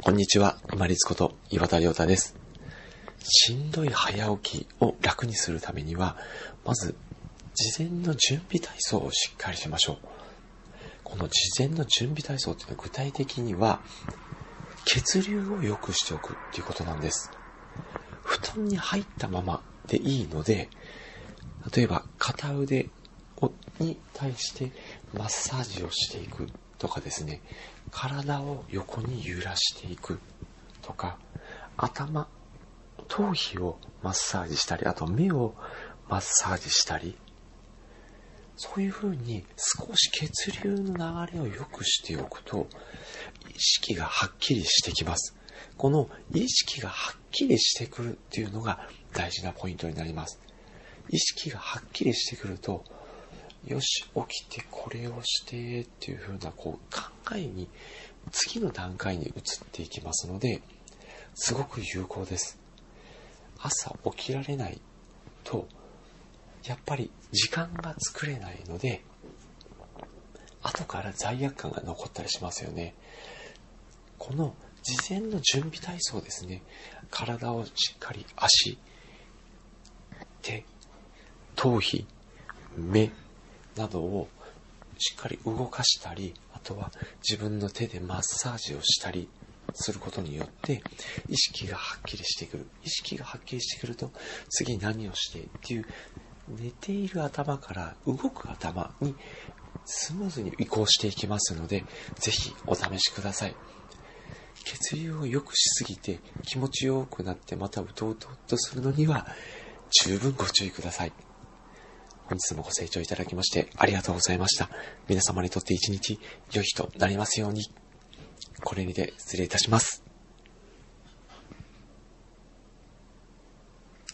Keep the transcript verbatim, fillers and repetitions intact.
こんにちは、今立こと岩田亮太です。しんどい早起きを楽にするためには、まず事前の準備体操をしっかりしましょう。この事前の準備体操というのは具体的には血流を良くしておくということなんです。布団に入ったままでいいので、例えば片腕に対してマッサージをしていくとかですね、体を横に揺らしていくとか、頭、頭皮をマッサージしたり、あと目をマッサージしたり、そういう風に少し血流の流れを良くしておくと、意識がはっきりしてきます。この意識がはっきりしてくるっていうのが大事なポイントになります。意識がはっきりしてくると、よし、起きてこれをしてっていう風なこう考えに、次の段階に移っていきますので、すごく有効です。朝起きられないと、やっぱり時間が作れないので、後から罪悪感が残ったりしますよね。この事前の準備体操ですね。体をしっかり足、手、頭皮、目などをしっかり動かしたり、あとは自分の手でマッサージをしたりすることによって意識がはっきりしてくる。意識がはっきりしてくると、次何をしてっていう、寝ている頭から動く頭にスムーズに移行していきますので、ぜひお試しください。血流を良くしすぎて気持ちよくなってまたうとうととするのには十分ご注意ください。本日もご清聴いただきましてありがとうございました。皆様にとって一日良い日となりますように。これにて失礼いたします。